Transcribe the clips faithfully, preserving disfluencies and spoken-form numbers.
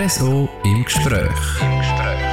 Saison im Gespräch. Im Gespräch.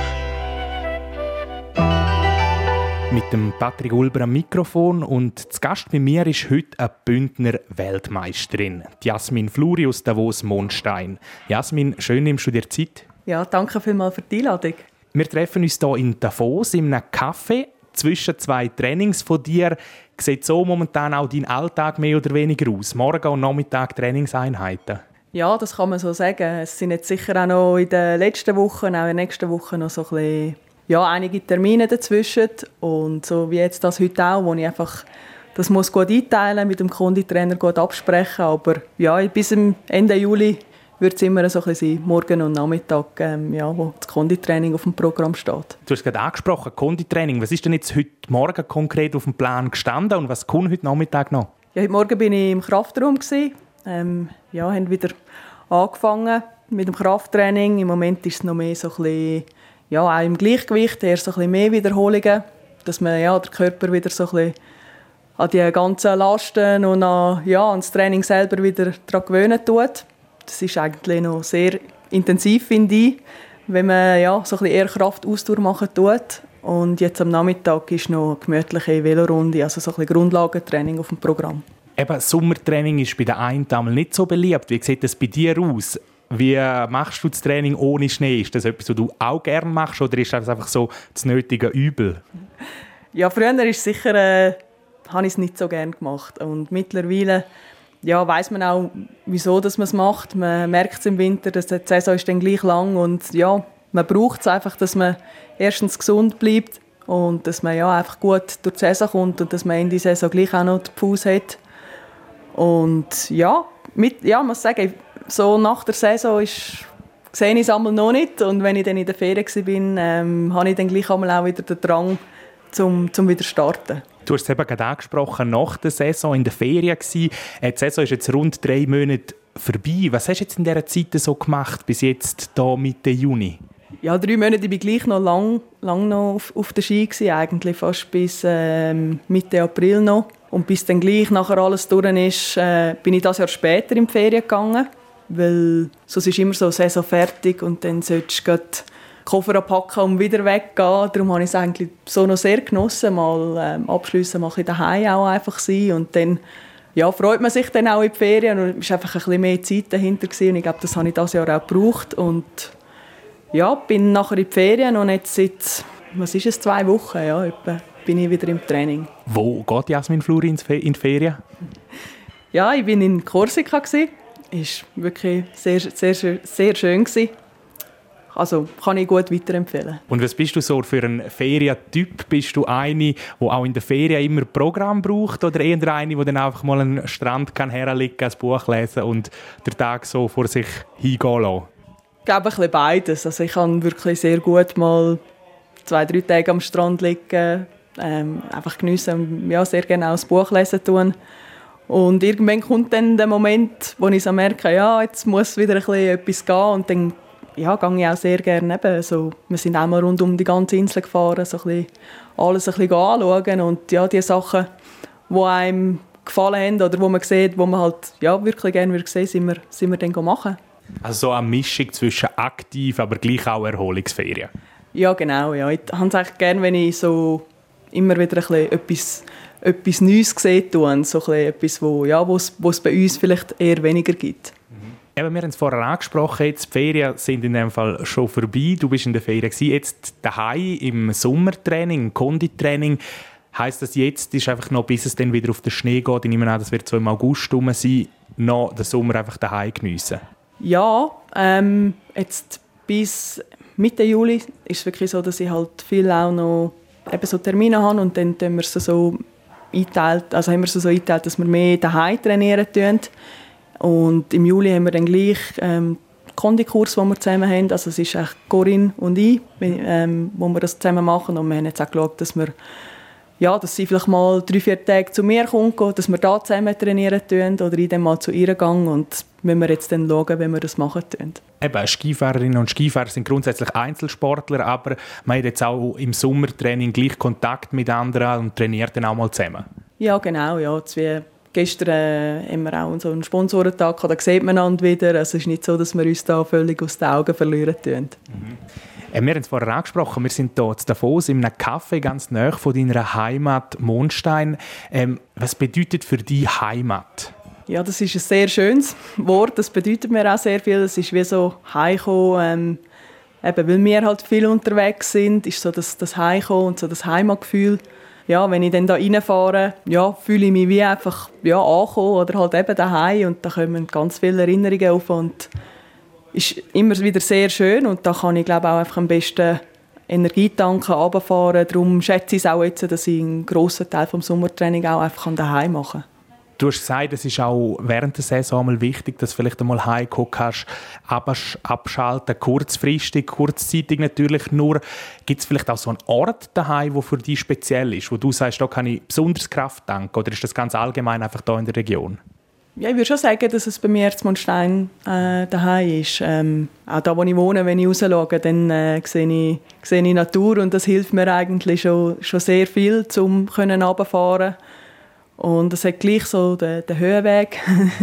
Mit dem Patrick Ulber am Mikrofon und zu Gast bei mir ist heute eine Bündner Weltmeisterin, Jasmin Fluri aus Davos-Monstein. Jasmin, schön nimmst du dir Zeit. Ja, danke vielmals für die Einladung. Wir treffen uns hier in Davos in einem Café zwischen zwei Trainings von dir. Sieht so momentan auch dein Alltag mehr oder weniger aus? Morgen und Nachmittag Trainingseinheiten? Ja, das kann man so sagen. Es sind jetzt sicher auch noch in den letzten Wochen, auch in den nächsten Wochen noch so ein bisschen, ja, einige Termine dazwischen. Und so wie jetzt das heute auch, wo ich einfach das muss gut einteilen, mit dem Konditrainer gut absprechen. Aber ja, bis Ende Juli wird es immer so ein bisschen sein, morgen und Nachmittag, ähm, ja, wo das Konditraining auf dem Programm steht. Du hast gerade angesprochen, Konditraining. Was ist denn jetzt heute Morgen konkret auf dem Plan gestanden und was kommt heute Nachmittag noch? Ja, heute Morgen bin ich im Kraftraum. Ähm, ja, haben wieder angefangen mit dem Krafttraining. Im Moment ist es noch mehr so ein bisschen, ja, auch im Gleichgewicht, eher so ein bisschen mehr Wiederholungen, dass man ja, der Körper wieder so ein bisschen an die ganzen Lasten und an, ja, an das Training selber wieder daran gewöhnen tut. Das ist eigentlich noch sehr intensiv, finde ich, wenn man ja, so ein bisschen eher Kraftausdauer machen tut. Und jetzt am Nachmittag ist noch eine gemütliche Velorunde, also so ein bisschen Grundlagentraining auf dem Programm. Eben, Sommertraining ist bei den einen einmal nicht so beliebt. Wie sieht das bei dir aus? Wie machst du das Training ohne Schnee? Ist das etwas, was du auch gerne machst oder ist das einfach so das nötige Übel? Ja, früher ist sicher, äh, habe ich es nicht so gerne gemacht. Und mittlerweile ja, weiss man auch, wieso dass man es macht. Man merkt es im Winter, dass die Saison ist dann gleich lang und ja, man braucht es einfach, dass man erstens gesund bleibt und dass man ja, einfach gut durch die Saison kommt und dass man in die Saison gleich auch noch die Pause hat. Und ja, mit, ja, muss sagen, so nach der Saison ist, sehe ich es einmal noch nicht. Und wenn ich dann in der Ferien war, ähm, habe ich dann gleich einmal auch wieder den Drang, zum, zum wieder starten. Du hast es eben gerade angesprochen, nach der Saison in der Ferien gsi. Die Saison ist jetzt rund drei Monate vorbei. Was hast du jetzt in dieser Zeit so gemacht, bis jetzt hier Mitte Juni? Ja, drei Monate war ich gleich noch lang, lang noch auf, auf der Ski gewesen, eigentlich fast bis ähm, Mitte April noch. Und bis dann gleich nachher alles durch ist, äh, bin ich das Jahr später in die Ferien gegangen, weil sonst ist immer so eine Saison fertig und dann solltest du Koffer abpacken und wieder weggehen. Darum habe ich es eigentlich so noch sehr genossen, mal ähm, abschliessen, mal daheim auch einfach sein. Und dann ja, freut man sich dann auch in die Ferien und es war einfach ein bisschen mehr Zeit dahinter gewesen. Und ich glaube, das habe ich dieses Jahr auch gebraucht. Und ja, bin nachher in die Ferien und jetzt seit, was ist es, zwei Wochen, ja, etwa, bin ich wieder im Training. Wo geht Jasmin Fluri in die Ferien? Ja, ich war in Korsika. Es war wirklich sehr, sehr, sehr schön gewesen. Also kann ich gut weiterempfehlen. Und was bist du so für ein Ferientyp? Bist du eine, die auch in der Ferien immer Programm braucht oder eher eine, die dann einfach mal an den Strand kann herlegen, ein Buch lesen und den Tag so vor sich hingehen lassen? Ich glaube, ein bisschen beides. Also ich kann wirklich sehr gut mal zwei, drei Tage am Strand liegen, ähm, einfach geniessen und ja, sehr gerne auch das Buch lesen tun. Und irgendwann kommt dann der Moment, wo ich so merke, ja, jetzt muss wieder ein bisschen etwas gehen und dann ja, gehe ich auch sehr gerne eben. So, wir sind auch mal rund um die ganze Insel gefahren, so ein bisschen alles ein bisschen anschauen und ja, die Sachen, die einem gefallen haben oder die man sieht, die man halt ja, wirklich gerne würde sehen, sind wir, sind wir dann machen. Also so eine Mischung zwischen aktiv, aber gleich auch Erholungsferien? Ja, genau. Ja. Ich habe es eigentlich gerne, wenn ich so immer wieder ein bisschen etwas, etwas Neues sehe, so ein bisschen etwas, wo, ja, es bei uns vielleicht eher weniger gibt. Eben, wir haben es vorher angesprochen, jetzt die Ferien sind in dem Fall schon vorbei. Du bist in der Ferien gewesen. Jetzt daheim im Sommertraining, im Konditraining. Heisst das, jetzt ist einfach noch, bis es dann wieder auf den Schnee geht, ich nehme an, das wird so im August rum sein, noch den Sommer einfach daheim geniessen? Ja, ähm, jetzt bis Mitte Juli ist es wirklich so, dass ich halt viel auch noch eben so Termine habe und dann tun wir es so eingeteilt, also haben wir es so eingeteilt, dass wir mehr daheim trainieren tun. Und im Juli haben wir dann gleich ähm, den Kondikurs, den wir zusammen haben. Also es ist echt Corinne und ich, ähm, wo wir das zusammen machen. Und wir haben jetzt auch geschaut, dass wir ja, dass sie vielleicht mal drei, vier Tage zu mir kommt, dass wir da zusammen trainieren tun oder ich dann mal zu ihr gehe und wenn wir jetzt dann schauen, wenn wir das machen tun. Eben, Skifahrerinnen und Skifahrer sind grundsätzlich Einzelsportler, aber man hat jetzt auch im Sommertraining gleich Kontakt mit anderen und trainiert dann auch mal zusammen. Ja, genau. Ja. Wie Gestern äh, haben wir auch so einen Sponsorentag gehabt, da sieht man einander wieder. Also es ist nicht so, dass wir uns da völlig aus den Augen verlieren tun. Mhm. Äh, wir haben es vorher angesprochen, wir sind hier in Davos in einem Café ganz nahe von deiner Heimat Monstein. Ähm, was bedeutet für dich Heimat? Ja, das ist ein sehr schönes Wort, das bedeutet mir auch sehr viel. Es ist wie so Heimkommen, ähm, eben, weil wir halt viel unterwegs sind, ist so das, das Heimkommen und so das Heimatgefühl. Ja, wenn ich dann da reinfahre, ja, fühle ich mich wie einfach ja, angekommen oder halt eben daheim und da kommen ganz viele Erinnerungen auf und ist immer wieder sehr schön und da kann ich glaube auch einfach am besten Energie tanken, runterfahren. Darum schätze ich es auch jetzt, dass ich einen grossen Teil des Sommertraining auch einfach daheim machen kann. Du hast gesagt, es ist auch während der Saison einmal wichtig, dass du vielleicht einmal heimkommen kannst, abschalten, kurzfristig, kurzzeitig natürlich nur. Gibt es vielleicht auch so einen Ort daheim, der für dich speziell ist, wo du sagst, da kann ich besonders Kraft tanken, oder ist das ganz allgemein einfach hier in der Region? Ja, ich würde schon sagen, dass es bei mir jetzt Monstein äh, daheim ist. Ähm, auch da, wo ich wohne, wenn ich rausschaue, dann äh, sehe ich, sehe ich Natur und das hilft mir eigentlich schon, schon sehr viel, um runterfahren. Und es hat gleich so den, den Höhenweg.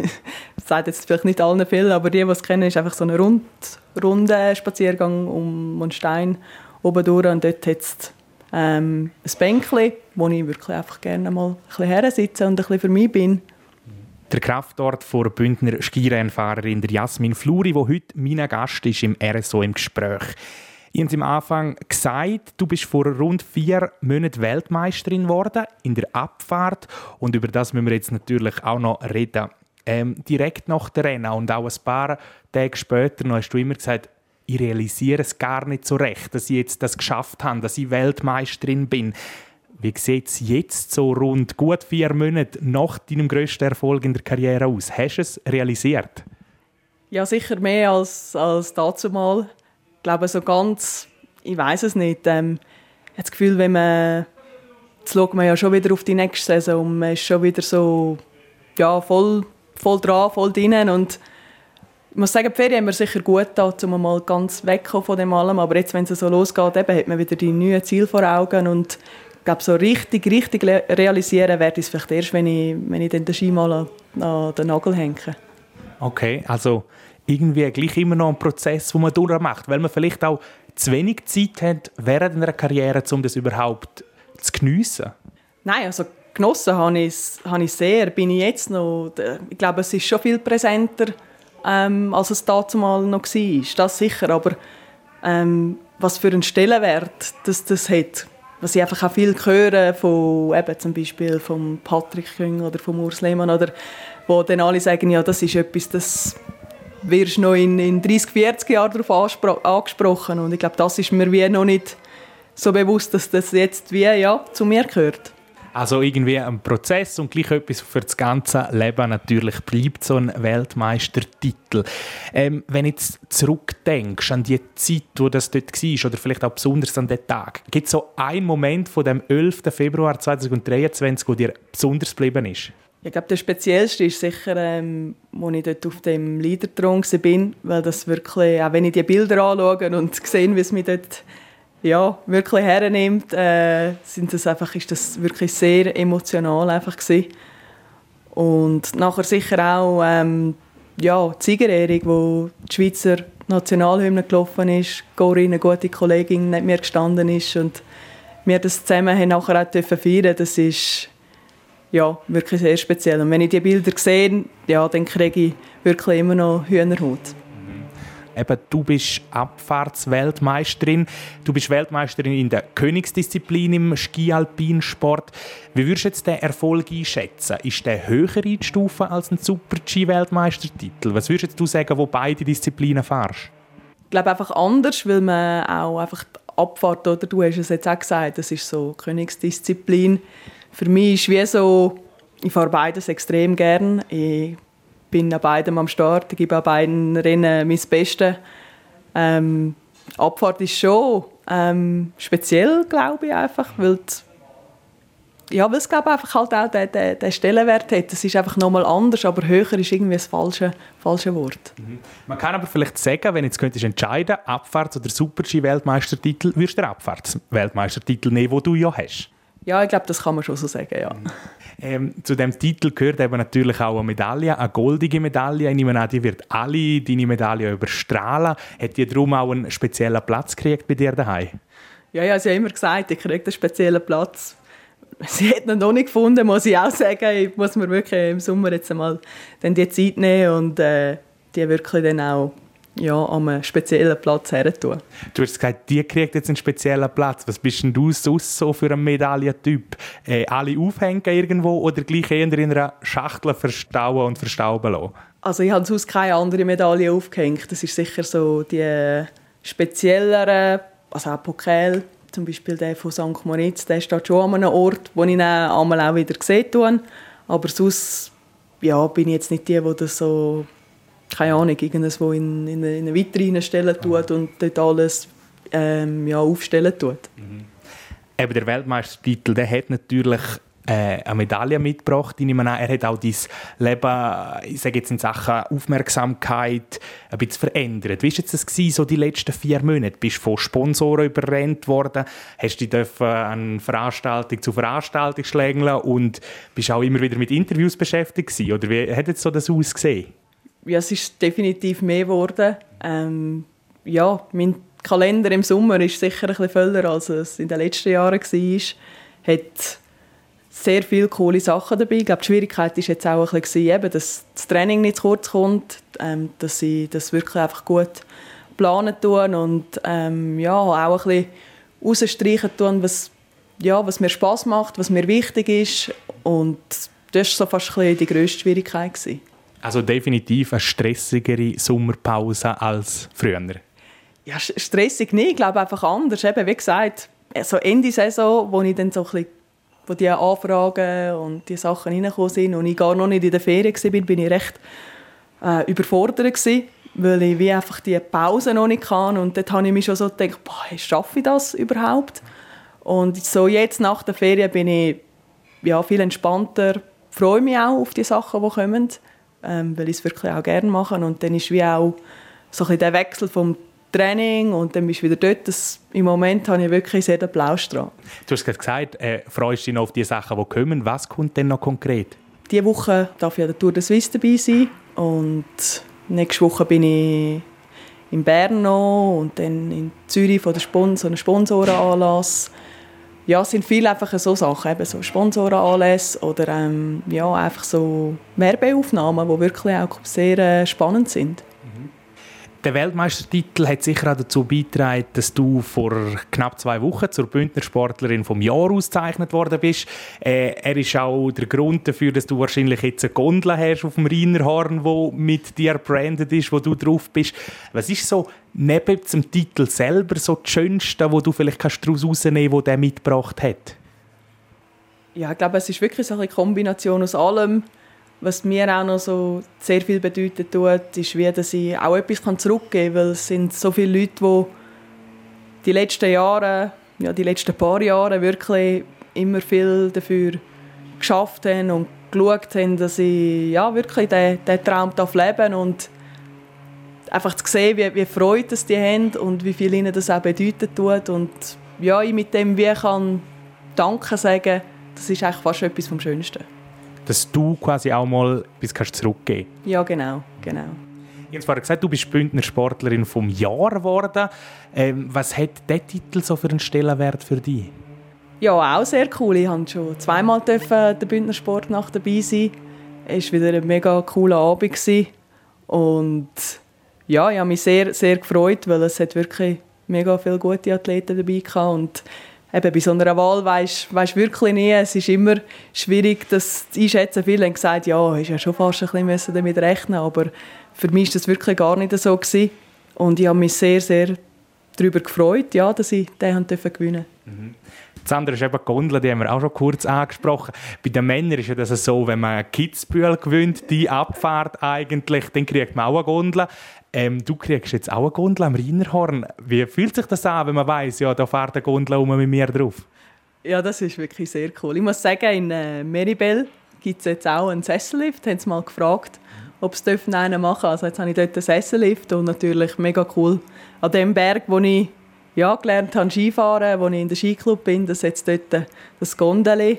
Das sagt jetzt vielleicht nicht allen viel, aber die, die es kennen, ist einfach so ein rund, runder Spaziergang um Monstein oben durch. Und dort hat es ähm, ein Bänkchen, wo ich wirklich einfach gerne mal ein bisschen hersitze und ein bisschen für mich bin. Der Kraftort der Bündner Skirennfahrerin Jasmin Fluri, die heute mein Gast ist im R S O im Gespräch. Ich habe es am Anfang gesagt, du bist vor rund vier Monaten Weltmeisterin geworden in der Abfahrt. Und über das müssen wir jetzt natürlich auch noch reden. Ähm, direkt nach der Rennen und auch ein paar Tage später noch hast du immer gesagt, ich realisiere es gar nicht so recht, dass ich jetzt das geschafft habe, dass ich Weltmeisterin bin. Wie sieht es jetzt so rund gut vier Monate nach deinem grössten Erfolg in der Karriere aus? Hast du es realisiert? Ja, sicher mehr als, als dazumal. Ich glaube, so ganz, ich weiß es nicht. Ähm, ich habe das Gefühl, wenn man, jetzt schaut man ja schon wieder auf die nächste Saison und man ist schon wieder so ja, voll, voll dran, voll drin. Und ich muss sagen, die Ferien haben mir sicher gut getan, um mal ganz wegzukommen von dem allem. Aber jetzt, wenn es so losgeht, eben, hat man wieder die neuen Ziele vor Augen. Und ich glaube, so richtig, richtig realisieren werde ich es vielleicht erst, wenn ich, wenn ich dann den Ski mal an, an den Nagel hänge. Okay, also irgendwie gleich immer noch ein Prozess, den man durchmacht, weil man vielleicht auch zu wenig Zeit hat während einer Karriere, um das überhaupt zu geniessen. Nein, also genossen habe ich es habe ich sehr. Bin ich jetzt noch, ich glaube, es ist schon viel präsenter, ähm, als es dazumal noch war. Das sicher, aber ähm, was für einen Stellenwert das, das hat, was ich einfach auch viel höre von eben zum Beispiel von Patrick Küng oder von Urs Lehmann, oder wo dann alle sagen, ja, das ist etwas, das wirst noch in, in dreißig, vierzig Jahren darauf angesprochen. Und ich glaube, das ist mir wie noch nicht so bewusst, dass das jetzt wie, ja, zu mir gehört. Also irgendwie ein Prozess und gleich etwas für das ganze Leben natürlich bleibt, so ein Weltmeistertitel. Ähm, wenn du jetzt zurückdenkst an die Zeit, wo das dort war, oder vielleicht auch besonders an den Tag, gibt es so einen Moment von dem elften Februar zweitausenddreiundzwanzig, der dir besonders geblieben ist? Ich glaube, der speziellste ist sicher, ähm, als ich dort auf dem Leaderthron war, weil das wirklich, auch wenn ich die Bilder anschaue und sehe, wie es mich dort ja, wirklich hernimmt, äh, sind das einfach, ist das wirklich sehr emotional einfach gewesen. Und nachher sicher auch ähm, ja, die Siegerehrung, wo die Schweizer Nationalhymne gelaufen ist, Corinne, eine gute Kollegin, neben mir gestanden ist und wir das zusammen haben nachher auch feiern dürfen. Das ist ja, wirklich sehr speziell. Und wenn ich die Bilder sehe, ja, dann kriege ich wirklich immer noch Hühnerhaut. Eben, du bist Abfahrtsweltmeisterin. Du bist Weltmeisterin in der Königsdisziplin im Ski-Alpinsport. Wie würdest du jetzt den Erfolg einschätzen? Ist der höher einzustufen als ein Super-G-Weltmeistertitel? Was würdest du sagen, wo beide Disziplinen fährst? Ich glaube einfach anders, weil man auch einfach die Abfahrt, oder du hast es jetzt auch gesagt, das ist so Königsdisziplin. Für mich ist wie so, ich fahre beides extrem gern. Ich bin an beidem am Start, ich gebe an beiden Rennen mein Bestes. Ähm, die Abfahrt ist schon ähm, speziell, glaube ich, einfach, weil die, ja, weil es glaube ich, einfach halt auch den, den, den Stellenwert hat. Es ist einfach nochmal anders, aber höher ist irgendwie das falsche, falsche Wort. Mhm. Man kann aber vielleicht sagen, wenn du jetzt könntest entscheiden, Abfahrts- oder Super-G-Weltmeistertitel, würdest du den Abfahrts-Weltmeistertitel nehmen, den du ja hast? Ja, ich glaube, das kann man schon so sagen, ja. Ähm, zu diesem Titel gehört eben natürlich auch eine Medaille, eine goldige Medaille. Ich nehme an, die wird alle deine Medaillen überstrahlen. Hat die darum auch einen speziellen Platz gekriegt bei dir daheim? Ja, ja, sie hat immer gesagt, ich kriege einen speziellen Platz. Sie hat ihn noch nicht gefunden, muss ich auch sagen. Ich muss mir wirklich im Sommer jetzt einmal dann die Zeit nehmen und äh, die wirklich dann auch ja, an einem speziellen Platz hertun. Du hast gesagt, die kriegt jetzt einen speziellen Platz. Was bist denn du sonst so für ein Medaillentyp? Äh, alle aufhängen irgendwo oder gleich eher in einer Schachtel verstauen und verstauben lassen? Also ich habe sonst keine andere Medaille aufgehängt. Das ist sicher so die spezielleren, also auch Pokal. Zum Beispiel der von Sankt Moritz, der steht schon an einem Ort, wo ich ihn einmal auch wieder gesehen habe. Aber sonst ja, bin ich jetzt nicht die, die das so, keine Ahnung, irgendwo in, in eine Vitrine stellen tut und dort alles ähm, ja, aufstellen tut. Mhm. Eben der Weltmeistertitel, der hat natürlich äh, eine Medaille mitgebracht. Ich nehme an, er hat auch dein Leben, ich sage jetzt in Sachen Aufmerksamkeit, ein bisschen verändert. Wie war das gewesen, so die letzten vier Monate? Bist du von Sponsoren überrennt worden? Hast du dich an Veranstaltung zu Veranstaltung schlängeln und bist auch immer wieder mit Interviews beschäftigt gewesen? Oder wie hat jetzt so das ausgesehen? Ja, es ist definitiv mehr geworden. Ähm, ja, mein Kalender im Sommer ist sicher ein bisschen voller, als es in den letzten Jahren war. Hat sehr viele coole Sachen dabei. Ich glaube, die Schwierigkeit war jetzt auch ein bisschen, eben, dass das Training nicht zu kurz kommt, ähm, dass ich das wirklich einfach gut planen tun und ähm, ja, auch ein bisschen rausstreichen tun, was, ja, was mir Spass macht, was mir wichtig ist. Und das war so fast ein bisschen die grösste Schwierigkeit gewesen. Also definitiv eine stressigere Sommerpause als früher? Ja, stressig nicht, ich glaube einfach anders. Eben, wie gesagt, so Ende Saison, wo ich dann so ein bisschen, wo die Anfragen und die Sachen reingekommen sind und ich gar noch nicht in der Ferien war, bin ich recht äh, überfordert gewesen, weil ich wie einfach die Pause noch nicht kann. Und dort habe ich mich schon so gedacht, boah, schaffe ich das überhaupt? Und so jetzt nach der Ferien bin ich ja, viel entspannter, freue mich auch auf die Sachen, die kommen, ähm, weil ich es wirklich auch gerne mache. Und dann ist wie auch so ein bisschen der Wechsel vom Training und dann bist du wieder dort. Das, im Moment habe ich wirklich sehr den Plausch dran. Du hast gerade gesagt, äh, freust dich noch auf die Sachen, die kommen. Was kommt denn noch konkret? Diese Woche darf ich an der Tour de Suisse dabei sein und nächste Woche bin ich in Bern noch und dann in Zürich von der Spon- so einem Sponsorenanlass. Ja, es sind viele einfach so Sachen, eben so Sponsorenanlässe oder ähm, ja, einfach so Werbeaufnahmen, die wirklich auch sehr äh, spannend sind. Der Weltmeistertitel hat sicher auch dazu beigetragen, dass du vor knapp zwei Wochen zur Bündner Sportlerin vom Jahr ausgezeichnet worden bist. Äh, er ist auch der Grund dafür, dass du wahrscheinlich jetzt eine Gondel hast auf dem Rheinerhorn, wo mit dir branded ist, wo du drauf bist. Was ist so neben dem Titel selber so das Schönste, wo du vielleicht daraus herausnehmen kannst, was der mitgebracht hat? Ja, ich glaube, es ist wirklich so eine Kombination aus allem. Was mir auch noch so sehr viel bedeuten tut, ist, wie, dass ich auch etwas zurückgeben kann, weil es sind so viele Leute, die die letzten Jahre, ja, die letzten paar Jahre wirklich immer viel dafür geschafft haben und geschaut haben, dass ich ja, wirklich diesen, diesen Traum leben darf und einfach zu sehen, wie, wie Freude das die haben und wie viel ihnen das auch bedeuten tut und ja, ich mit dem wie kann Danke sagen, das ist eigentlich fast etwas vom Schönsten. Dass du quasi auch mal etwas zurückgeben kannst. Ja, genau, genau. Ich habe vorhin gesagt, du bist Bündner Sportlerin vom Jahr geworden. Ähm, was hat dieser Titel so für einen Stellenwert für dich? Ja, auch sehr cool. Ich durfte schon zweimal der Bündner Sportnacht dabei sein. Es war wieder ein mega cooler Abend. Und ja, ich habe mich sehr, sehr gefreut, weil es hat wirklich mega viele gute Athleten dabei hatte. Und eben bei so einer Wahl weisst du wirklich nie. Es ist immer schwierig, das zu einschätzen. Viele haben gesagt, ja, ist ja schon fast ein bisschen damit rechnen, aber für mich war das wirklich gar nicht so gewesen. Und ich habe mich sehr, sehr darüber gefreut, ja, dass ich den gewinnen durfte. Mhm. Das andere ist eben die Gondel, die haben wir auch schon kurz angesprochen. Bei den Männern ist ja das so, wenn man Kitzbühel gewinnt, die Abfahrt eigentlich, dann kriegt man auch eine Gondel. Ähm, du kriegst jetzt auch eine Gondel am Rheinerhorn. Wie fühlt sich das an, wenn man weiss, ja, da fährt eine Gondel um mit mir drauf? Ja, das ist wirklich sehr cool. Ich muss sagen, in äh, Meribel gibt es jetzt auch einen Sessellift. Haben sie mal gefragt, ob sie einen machen dürfen. Also jetzt habe ich dort einen Sessellift und natürlich mega cool. An dem Berg, wo ich ja, gelernt habe Skifahren, wo ich in der Skiclub bin, dass jetzt dort das Gondeli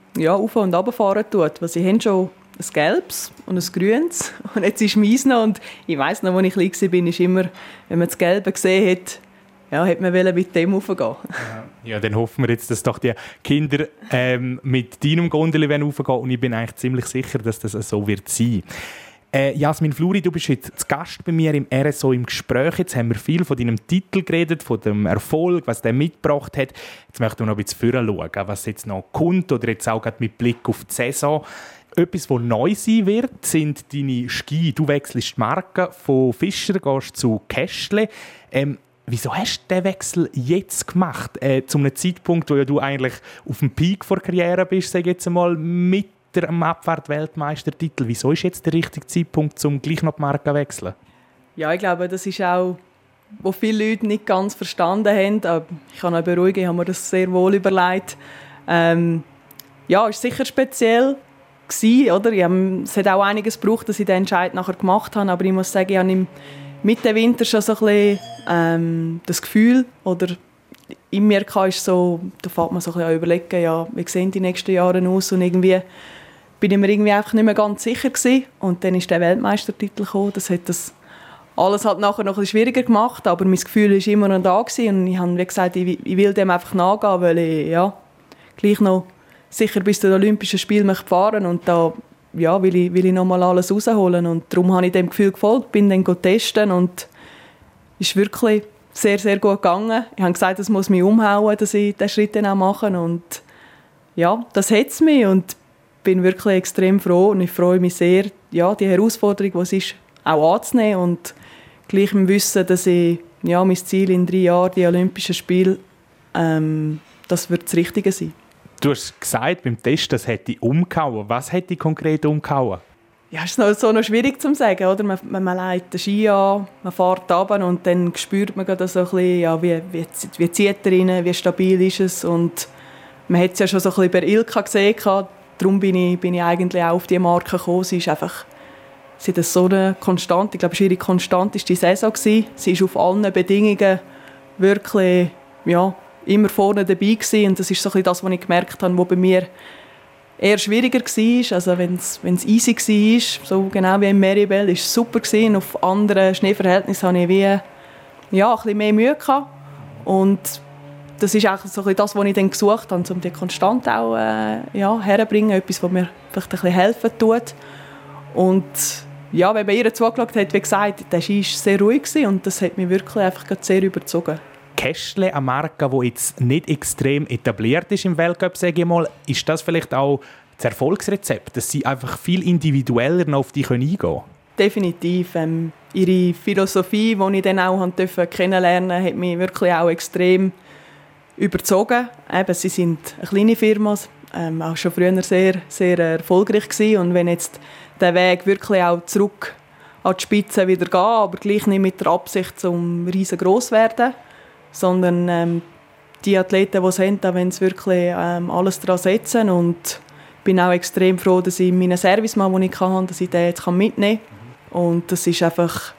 ja, auf- und runterfahren tut. Weil sie haben schon ein gelbes und ein grünes und jetzt ist meins noch. Und ich weiss noch, als ich klein war, ist immer, wenn man das Gelbe gesehen hat, ja, hätte man mit dem raufgehen. Ja. ja, dann hoffen wir jetzt, dass doch die Kinder ähm, mit deinem Gondel raufgehen und ich bin eigentlich ziemlich sicher, dass das so wird sein. Äh, Jasmin Fluri, du bist jetzt zu Gast bei mir im R S O im Gespräch. Jetzt haben wir viel von deinem Titel geredet, von dem Erfolg, was der mitgebracht hat. Jetzt möchten wir noch ein bisschen vorher schauen, was jetzt noch kommt oder jetzt auch gerade mit Blick auf die Saison. Etwas, was neu sein wird, sind deine Ski. Du wechselst die Marke von Fischer gehst zu Kästle. Ähm, wieso hast du diesen Wechsel jetzt gemacht? Äh, zu einem Zeitpunkt, wo ja du eigentlich auf dem Peak der Karriere bist, sage ich jetzt einmal, mit dem Abfahrt-Weltmeistertitel. Wieso ist jetzt der richtige Zeitpunkt, um gleich noch die Marke zu wechseln? Ja, ich glaube, das ist auch, was viele Leute nicht ganz verstanden haben. Aber ich kann auch beruhigen, ich habe mir das sehr wohl überlegt. Ähm, ja, es war sicher speziell gewesen, oder? Ich habe, es hat auch einiges gebraucht, dass ich den Entscheid nachher gemacht habe. Aber ich muss sagen, ich habe im mit dem Winter schon so ein bisschen ähm, das Gefühl, oder in mir ist so, da fängt man so ein bisschen an überlegen, ja, wie sehen die nächsten Jahre aus und irgendwie bin ich mir irgendwie einfach nicht mehr ganz sicher gewesen. Und dann ist der Weltmeistertitel gekommen, das hat das alles halt nachher noch ein bisschen schwieriger gemacht, aber mein Gefühl war immer noch da gewesen. Und ich habe wie gesagt, ich, ich will dem einfach nachgehen, weil ich ja, gleich noch sicher bis zu den Olympischen Spielen fahren möchte und da ja, will ich, will ich noch mal alles rausholen. Und darum habe ich dem Gefühl gefolgt, bin dann testen und es ist wirklich sehr, sehr gut gegangen. Ich habe gesagt, das muss mich umhauen, dass ich diesen Schritt dann auch mache. Und ja, das hat es mich und bin wirklich extrem froh und ich freue mich sehr, ja, die Herausforderung, die es ist, auch anzunehmen und gleich im Wissen, dass ich ja, mein Ziel in drei Jahren, die Olympischen Spiele, ähm, das wird das Richtige sein. Du hast gesagt, beim Test, das hätte ich umgehauen. Was hätte ich konkret umgehauen? Ja, es ist noch, so noch schwierig zu sagen. Oder? Man, man, man legt den Ski an, man fährt runter und dann spürt man so ein bisschen, ja, wie, wie, wie zieht er rein, wie stabil ist es. Und man hat es ja schon so ein bisschen bei Ilka gesehen. Darum bin ich, bin ich eigentlich auch auf diese Marke gekommen. Sie ist einfach sie ist so eine Konstante. Ich glaube, ihre konstanteste Saison gewesen. Sie ist auf allen Bedingungen wirklich ja, immer vorne dabei gewesen. Und das ist so ein bisschen das, was ich gemerkt habe, was bei mir eher schwieriger war. Also wenn es easy war, so genau wie in Meribel, war es super gewesen. Auf anderen Schneeverhältnissen hatte ich wie, ja, ein bisschen mehr Mühe gehabt. Und das ist eigentlich so ein bisschen das, was ich dann gesucht habe, um die Konstante auch äh, ja, herzubringen. Etwas, was mir vielleicht ein bisschen helfen tut. Und ja, wenn man ihr zugeschaut hat, wie gesagt, der Ski war sehr ruhig gewesen und das hat mich wirklich einfach sehr überzogen. Kästle, eine Marke, die jetzt nicht extrem etabliert ist im Weltcup, sage ich mal, ist das vielleicht auch das Erfolgsrezept, dass sie einfach viel individueller noch auf dich eingehen können? Definitiv. Ähm, ihre Philosophie, die ich dann auch kennenlernen durfte, hat mich wirklich auch extrem überzogen. Eben, sie sind eine kleine Firma, ähm, auch schon früher sehr, sehr erfolgreich gewesen. Und wenn jetzt der Weg wirklich auch zurück an die Spitze wieder geht, aber gleich nicht mit der Absicht, um riesengroß zu werden, sondern ähm, die Athleten, die es haben, da wollen sie wirklich ähm, alles daran setzen. Und ich bin auch extrem froh, dass ich meinen Servicemann, den ich hatte, dass ich den jetzt mitnehmen kann. Und das ist einfach,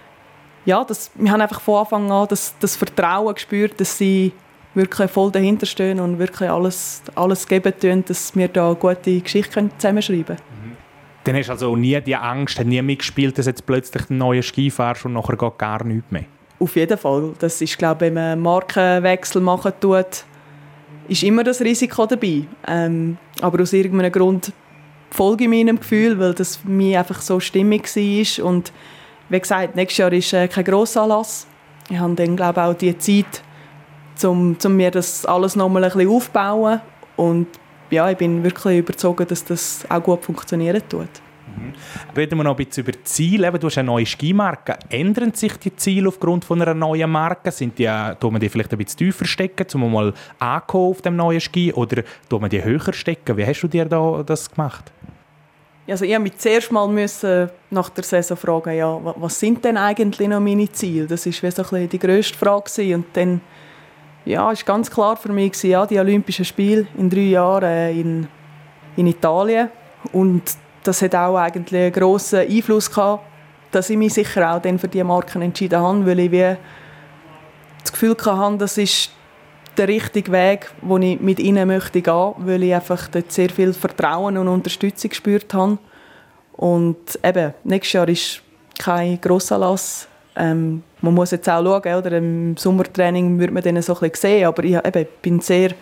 ja, das, wir haben einfach von Anfang an das, das Vertrauen gespürt, dass sie wirklich voll dahinter stehen und wirklich alles, alles geben tun, dass wir da eine gute Geschichte zusammenschreiben können. Mhm. Dann hast du also nie die Angst, hast nie mitgespielt, dass jetzt plötzlich ein neuer Ski fährst und nachher geht gar nichts mehr? Auf jeden Fall. Das ist, glaube ich, wenn man einen Markenwechsel machen tut, ist immer das Risiko dabei. Ähm, aber aus irgendeinem Grund folge ich meinem Gefühl, weil das für mich einfach so stimmig war. Und wie gesagt, nächstes Jahr ist äh, kein Grossanlass. Ich habe dann, glaube ich, auch die Zeit, um, um mir das alles noch mal ein bisschen aufzubauen. Und ja, ich bin wirklich überzeugt, dass das auch gut funktionieren tut. Mhm. Reden wir noch ein bisschen über die Ziele. Du hast eine neue Skimarke. Ändern sich die Ziele aufgrund von einer neuen Marke? Sind die, tun wir die vielleicht ein bisschen tiefer stecken, um mal anzukommen auf dem neuen Ski? Oder tun wir die höher stecken? Wie hast du dir da das gemacht? Also ich musste mich zuerst mal müssen nach der Saison fragen, ja, was sind denn eigentlich noch meine Ziele? Das war so ein bisschen die grösste Frage. Und dann ja, war ganz klar für mich, ja, die Olympischen Spiele in drei Jahren in, in Italien. Und das hat auch eigentlich einen grossen Einfluss gehabt, dass ich mich sicher auch dann für diese Marken entschieden habe, weil ich wie das Gefühl hatte, das ist der richtige Weg, den ich mit ihnen möchte gehen, weil ich einfach dort sehr viel Vertrauen und Unterstützung gespürt habe. Und eben, nächstes Jahr ist kein Grossanlass. Ähm, man muss jetzt auch schauen, oder? Im Sommertraining wird man dann so ein bisschen sehen, aber ich eben, bin sehr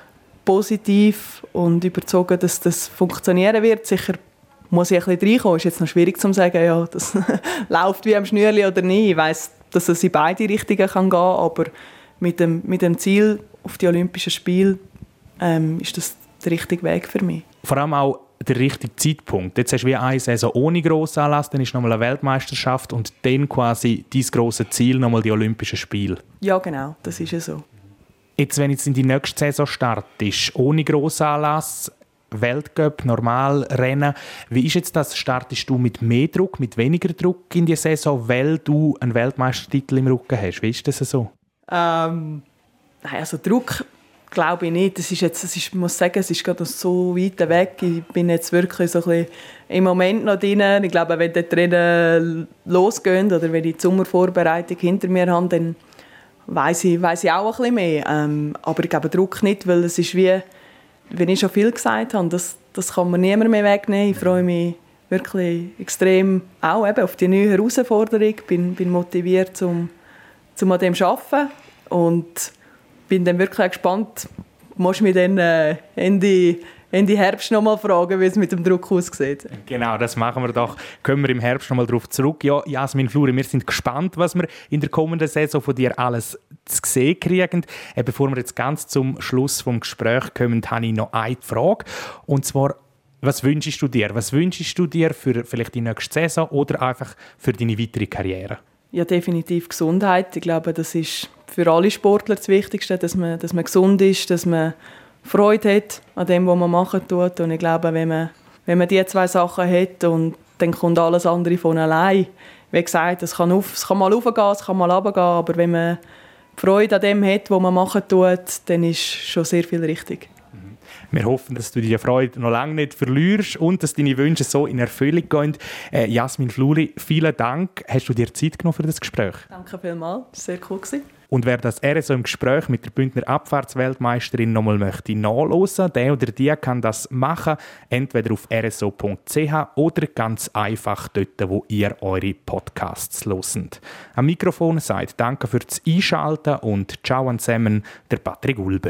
positiv und überzeugt, dass das funktionieren wird. Sicher muss ich ein bisschen reinkommen. Ist jetzt noch schwierig zu sagen, ja, das läuft wie am Schnürli oder nicht. Ich weiss, dass es in beide Richtungen kann gehen, aber mit dem, mit dem Ziel auf die Olympischen Spiele ähm, ist das der richtige Weg für mich. Vor allem auch der richtige Zeitpunkt. Jetzt hast du wie eine Saison ohne Grossanlass, dann ist nochmal eine Weltmeisterschaft und dann quasi dein grosses Ziel, nochmal die Olympischen Spiele. Ja, genau, das ist ja so. Jetzt, wenn jetzt in die nächste Saison startest, ohne Grossanlass, Weltcup, Normalrennen, wie ist jetzt das? Startest du mit mehr Druck, mit weniger Druck in die Saison, weil du einen Weltmeistertitel im Rücken hast? Wie ist das so? Ähm, nein, also Druck glaube ich nicht. Das ist jetzt, das ist, ich muss sagen, es ist gerade so weit weg. Ich bin jetzt wirklich so ein bisschen im Moment noch drin. Ich glaube, wenn die Rennen losgehen oder wenn ich die Sommervorbereitung hinter mir habe, dann weiss ich, weiss ich auch ein bisschen mehr. Ähm, aber ich glaube Druck nicht, weil es ist wie, wenn ich schon viel gesagt habe, das, das kann mir niemand mehr wegnehmen. Ich freue mich wirklich extrem auch eben auf die neue Herausforderung. Ich bin, bin motiviert, um, um an dem zu arbeiten. Und bin dann wirklich gespannt. Du musst mich dann äh, Ende, Ende Herbst noch mal fragen, wie es mit dem Druck aussieht. Genau, das machen wir doch. Kommen wir im Herbst noch mal darauf zurück. Ja, Jasmin Fluri, wir sind gespannt, was wir in der kommenden Saison von dir alles zu sehen kriegen. Äh, bevor wir jetzt ganz zum Schluss des Gesprächs kommen, habe ich noch eine Frage. Und zwar, was wünschst du dir? Was wünschst du dir für vielleicht die nächste Saison oder einfach für deine weitere Karriere? Ja, definitiv Gesundheit. Ich glaube, das ist für alle Sportler das Wichtigste, dass man, dass man gesund ist, dass man Freude hat an dem, was man machen tut. Und ich glaube, wenn man, wenn man diese zwei Sachen hat, und dann kommt alles andere von allein. Wie gesagt, es kann, auf, es kann mal raufgehen, es kann mal runtergehen, aber wenn man Freude an dem hat, was man machen tut, dann ist schon sehr viel richtig. Wir hoffen, dass du diese Freude noch lange nicht verlierst und dass deine Wünsche so in Erfüllung gehen. Äh, Jasmin Fluri, vielen Dank. Hast du dir Zeit genommen für das Gespräch? Danke vielmals, das war sehr cool. Und wer das R S O im Gespräch mit der Bündner Abfahrtsweltmeisterin noch mal möchte nachhören, der oder die kann das machen, entweder auf r s o punkt c h oder ganz einfach dort, wo ihr eure Podcasts hört. Am Mikrofon sagt Danke fürs Einschalten und ciao zusammen, der Patrick Ulber.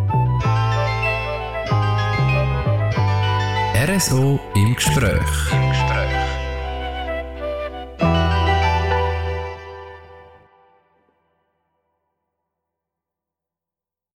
R S O im Gespräch.